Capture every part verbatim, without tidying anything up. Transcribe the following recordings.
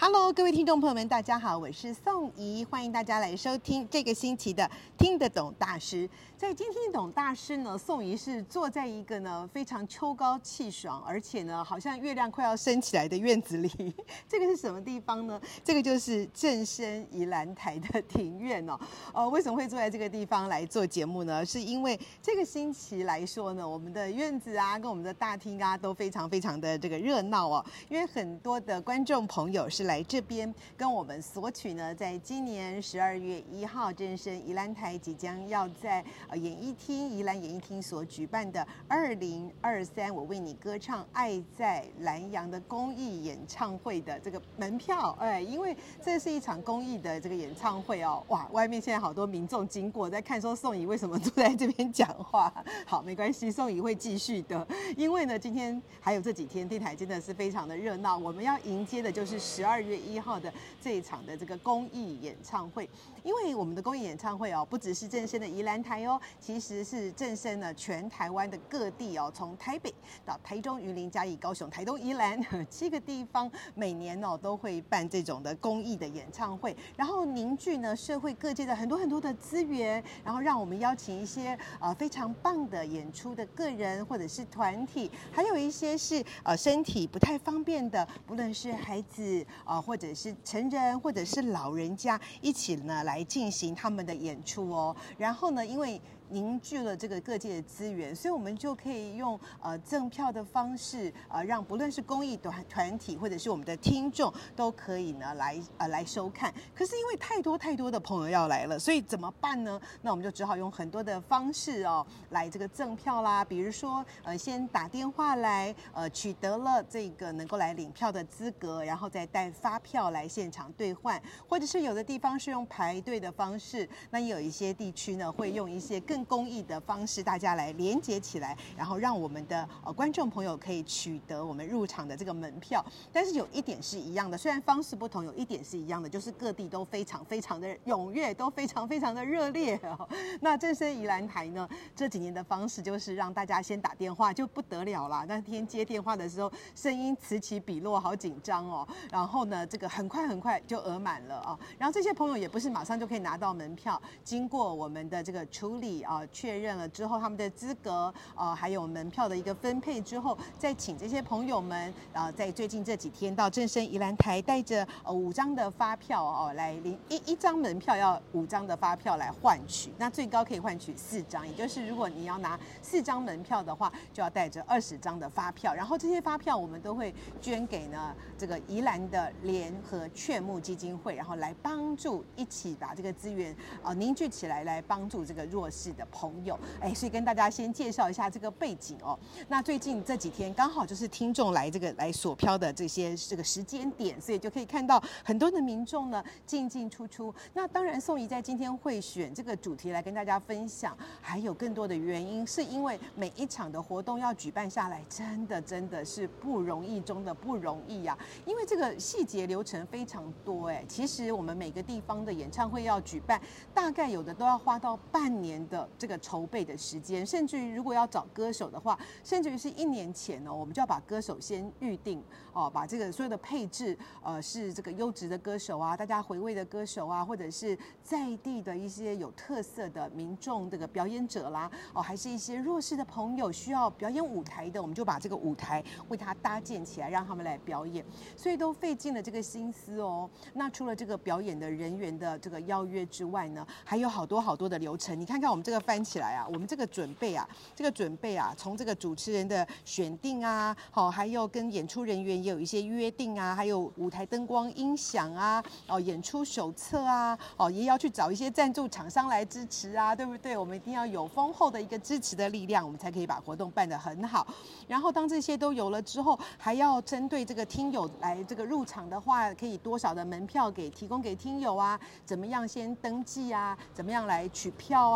Hello， 各位听众朋友们，大家好，我是宋怡，欢迎大家来收听这个星期的听得懂大师。在今天听得懂大师呢，宋怡是坐在一个呢非常秋高气爽，而且呢好像月亮快要升起来的院子里。这个是什么地方呢？这个就是正生宜兰台的庭院哦。呃，为什么会坐在这个地方来做节目呢？是因为这个星期来说呢，我们的院子啊，跟我们的大厅啊，都非常非常的这个热闹哦。因为很多的观众朋友是来这边跟我们索取呢，在今年十二月一号，正生宜兰台即将要在呃演艺厅宜兰演艺厅所举办的二零二三我为你歌唱爱在南洋的公益演唱会的这个门票，哎，因为这是一场公益的这个演唱会哦，哇，外面现在好多民众经过在看说宋怡为什么坐在这边讲话。好，没关系，宋怡会继续的，因为呢今天还有这几天电台真的是非常的热闹，我们要迎接的就是十二月一号的这一场的这个公益演唱会。因为我们的公益演唱会哦，不只是正生的宜兰台哦，其实是正生呢全台湾的各地哦，从台北到台中、云林、嘉义、高雄、台东、宜兰七个地方，每年哦都会办这种的公益的演唱会，然后凝聚呢社会各界的很多很多的资源，然后让我们邀请一些呃非常棒的演出的个人或者是团体，还有一些是呃身体不太方便的，不论是孩子啊、呃，或者是成人，或者是老人家，一起呢来进行他们的演出哦。然后呢，因为凝聚了这个各界的资源，所以我们就可以用呃赠票的方式，呃让不论是公益团团体或者是我们的听众都可以呢来呃来收看。可是因为太多太多的朋友要来了，所以怎么办呢？那我们就只好用很多的方式哦来这个赠票啦，比如说呃先打电话来呃取得了这个能够来领票的资格，然后再带发票来现场兑换，或者是有的地方是用排队的方式，那也有一些地区呢会用一些更公益的方式，大家来连接起来，然后让我们的呃观众朋友可以取得我们入场的这个门票。但是有一点是一样的，虽然方式不同，有一点是一样的，就是各地都非常非常的踊跃，都非常非常的热烈哦。那正生宜兰台呢，这几年的方式就是让大家先打电话，就不得了啦。那天接电话的时候，声音此起彼落，好紧张哦。然后呢，这个很快很快就额满了啊。然后这些朋友也不是马上就可以拿到门票，经过我们的这个处理啊，确认了之后他们的资格啊，还有门票的一个分配之后，再请这些朋友们啊，在最近这几天到正生宜兰台，带着呃五张的发票哦，来领一一张门票要五张的发票来换取，那最高可以换取四张，也就是如果你要拿四张门票的话，就要带着二十张的发票，然后这些发票我们都会捐给呢这个宜兰的联合劝募基金会，然后来帮助一起把这个资源呃凝聚起来，来帮助这个弱势的朋友。哎，所以跟大家先介绍一下这个背景哦。那最近这几天刚好就是听众来这个来索票的这些这个时间点，所以就可以看到很多的民众呢进进出出。那当然，宋怡在今天会选这个主题来跟大家分享，还有更多的原因，是因为每一场的活动要举办下来，真的真的是不容易中的不容易呀、啊。因为这个细节流程非常多哎，其实我们每个地方的演唱会要举办，大概有的都要花到半年的这个筹备的时间，甚至于如果要找歌手的话，甚至于是一年前哦，我们就要把歌手先预定哦，把这个所有的配置，呃，是这个优质的歌手啊，大家回味的歌手啊，或者是在地的一些有特色的民众这个表演者啦，哦，还是一些弱势的朋友需要表演舞台的，我们就把这个舞台为他搭建起来，让他们来表演，所以都费尽了这个心思哦。那除了这个表演的人员的这个邀约之外呢，还有好多好多的流程。你看看我们这个翻起来啊，我们这个准备啊，这个准备啊，从这个主持人的选定啊，好，还有跟演出人员也有一些约定啊，还有舞台灯光、音响啊，哦，演出手册啊，哦，也要去找一些赞助厂商来支持啊，对不对？我们一定要有丰厚的一个支持的力量，我们才可以把活动办得很好。然后当这些都有了之后，还要针对这个听友来这个入场的话，可以多少的门票给提供给听友啊？怎么样先登记啊？怎么样来取票啊？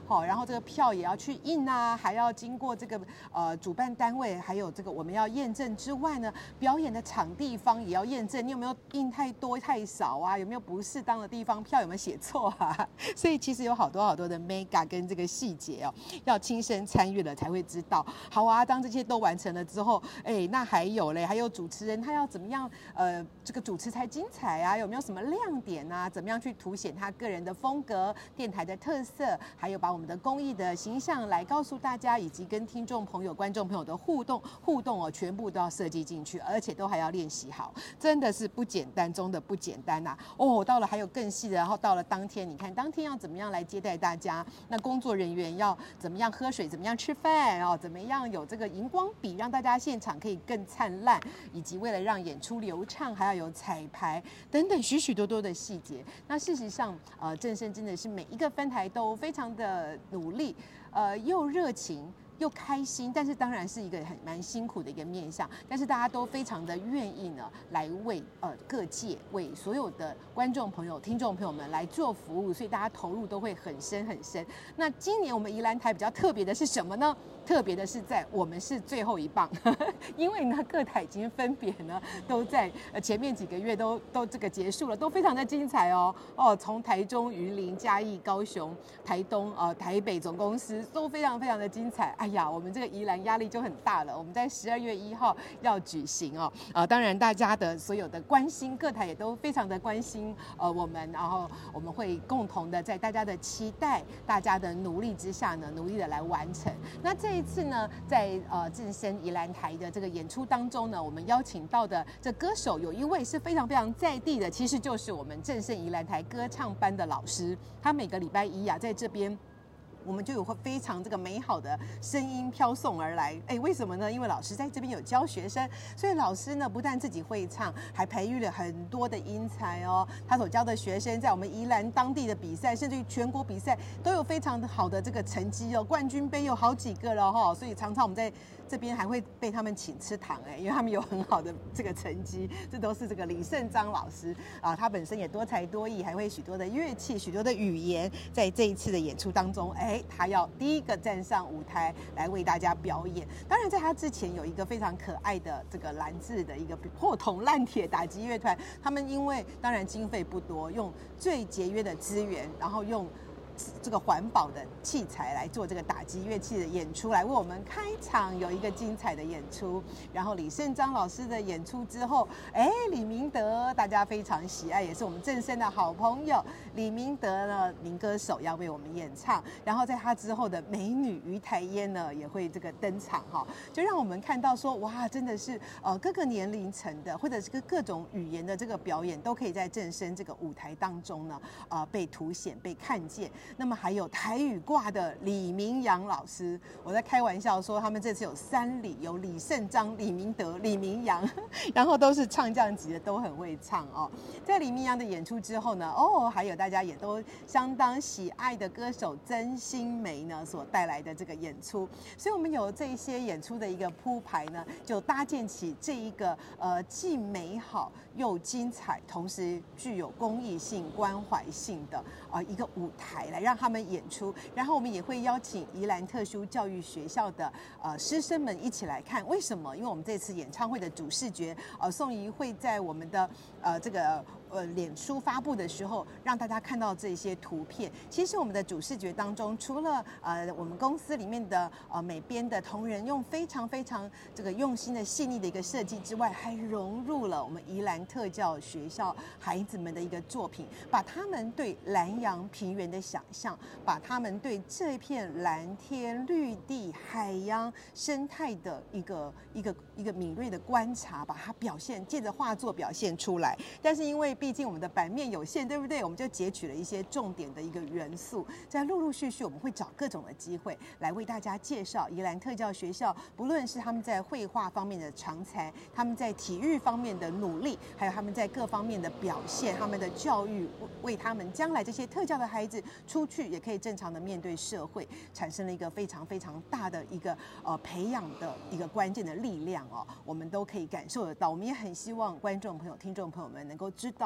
好，然后这个票也要去印啊，还要经过这个呃主办单位，还有这个我们要验证之外呢，表演的场地方也要验证，你有没有印太多太少啊？有没有不适当的地方？票有没有写错啊？所以其实有好多好多的 mega 跟这个细节哦，要亲身参与了才会知道。好啊，当这些都完成了之后，哎，那还有嘞，还有主持人他要怎么样呃这个主持才精彩啊？有没有什么亮点啊？怎么样去凸显他个人的风格、电台的特色，还有把我们的公益的形象来告诉大家，以及跟听众朋友、观众朋友的互动互动哦，全部都要设计进去，而且都还要练习好，真的是不简单中的不简单呐、啊！哦，到了还有更细的，然后到了当天，你看当天要怎么样来接待大家？那工作人员要怎么样喝水？怎么样吃饭？哦，怎么样有这个荧光笔，让大家现场可以更灿烂，以及为了让演出流畅，还要有彩排等等许许多多的细节。那事实上，呃，正声真的是每一个分台都非常的努力，呃，又热情又开心，但是当然是一个很蛮辛苦的一个面向，但是大家都非常的愿意呢，来为呃各界、为所有的观众朋友、听众朋友们来做服务，所以大家投入都会很深很深。那今年我们宜兰台比较特别的是什么呢？特别的是在我们是最后一棒，因为呢各台已经分别呢都在呃前面几个月都都这个结束了，都非常的精彩哦哦，从台中、云林、嘉义、高雄、台东、呃台北总公司都非常非常的精彩。哎呀，我们这个宜兰压力就很大了。我们在十二月一号要举行哦，呃，当然大家的所有的关心，各台也都非常的关心呃我们，然后我们会共同的在大家的期待、大家的努力之下呢，努力的来完成。那这一次呢，在呃正声宜兰台的这个演出当中呢，我们邀请到的这歌手有一位是非常非常在地的，其实就是我们正声宜兰台歌唱班的老师，他每个礼拜一啊在这边。我们就有非常这个美好的声音飘送而来，哎，为什么呢？因为老师在这边有教学生，所以老师呢不但自己会唱，还培育了很多的音才哦。他所教的学生在我们宜兰当地的比赛，甚至于全国比赛都有非常好的这个成绩哦，冠军杯有好几个了哈、哦。所以常常我们在这边还会被他们请吃糖哎，因为他们有很好的这个成绩。这都是这个李胜章老师啊，他本身也多才多艺，还会许多的乐器、许多的语言，在这一次的演出当中，哎。他要第一个站上舞台来为大家表演。当然，在他之前有一个非常可爱的这个蓝字的一个破铜烂铁打击乐团，他们因为当然经费不多，用最节约的资源，然后用这个环保的器材来做这个打击乐器的演出，来为我们开场有一个精彩的演出。然后李胜章老师的演出之后，哎，李明德大家非常喜爱，也是我们正声的好朋友。李明德呢，民歌手要为我们演唱，然后在他之后的美女于台烟呢也会这个登场哈，就让我们看到说哇，真的是呃各个年龄层的或者是各种语言的这个表演都可以在正声这个舞台当中呢呃被凸显被看见。那么还有台语挂的李明阳老师，我在开玩笑说他们这次有三李，有李胜章、李明德、李明阳，然后都是唱将级的，都很会唱哦。在李明阳的演出之后呢，哦，还有大家也都相当喜爱的歌手曾心梅呢所带来的这个演出，所以我们有这一些演出的一个铺排呢，就搭建起这一个呃既美好又精彩，同时具有公益性、关怀性的呃一个舞台来让他们演出。然后我们也会邀请宜兰特殊教育学校的呃师生们一起来看。为什么？因为我们这次演唱会的主视觉，呃，宋怡会在我们的呃这个。呃，脸书发布的时候，让大家看到这些图片。其实我们的主视觉当中，除了呃我们公司里面的呃美编的同仁用非常非常这个用心的细腻的一个设计之外，还融入了我们宜兰特教学校孩子们的一个作品，把他们对南洋平原的想象，把他们对这片蓝天绿地、海洋生态的一个一个一个敏锐的观察，把它表现，借着画作表现出来。但是因为毕竟我们的版面有限，对不对？我们就截取了一些重点的一个元素，在陆陆续续我们会找各种的机会来为大家介绍宜兰特教学校，不论是他们在绘画方面的长才，他们在体育方面的努力，还有他们在各方面的表现，他们的教育，为他们将来这些特教的孩子出去也可以正常的面对社会，产生了一个非常非常大的一个呃培养的一个关键的力量哦，我们都可以感受得到。我们也很希望观众朋友、听众朋友们能够知道。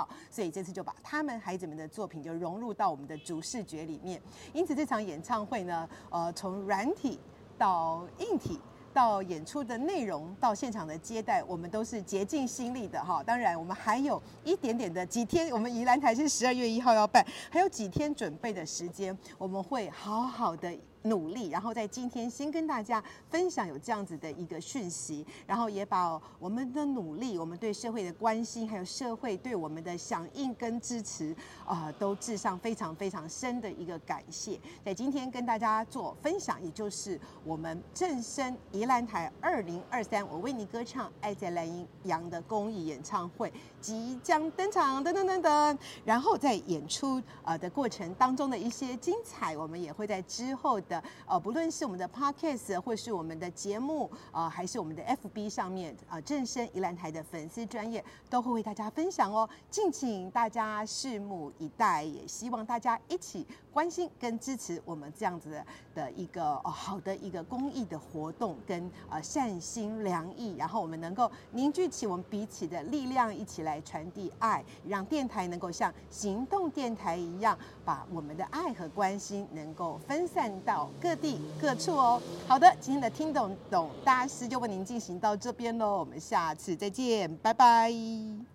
道，所以这次就把他们孩子们的作品就融入到我们的主视觉里面。因此这场演唱会呢，呃，从软体到硬体，到演出的内容，到现场的接待，我们都是竭尽心力的哈。当然，我们还有一点点的几天，我们宜兰台是十二月一号要办，还有几天准备的时间，我们会好好的努力，然后在今天先跟大家分享有这样子的一个讯息，然后也把我们的努力、我们对社会的关心，还有社会对我们的响应跟支持，啊、呃，都致上非常非常深的一个感谢。在今天跟大家做分享，也就是我们正声宜兰台二零二三，我为你歌唱，爱在蓝洋的公益演唱会即将登场，噔噔噔噔。然后在演出呃的过程当中的一些精彩，我们也会在之后的呃，不论是我们的 podcast 或是我们的节目，呃，还是我们的 F B 上面，呃，正声宜兰台的粉丝专页都会为大家分享哦，敬请大家拭目以待，也希望大家一起关心跟支持我们这样子的一个、呃、好的一个公益的活动跟呃善心良意，然后我们能够凝聚起我们彼此的力量，一起来传递爱，让电台能够像行动电台一样，把我们的爱和关心能够分散到各地各处哦。好的，今天的听懂懂大师就为您进行到这边喽，我们下次再见，拜拜。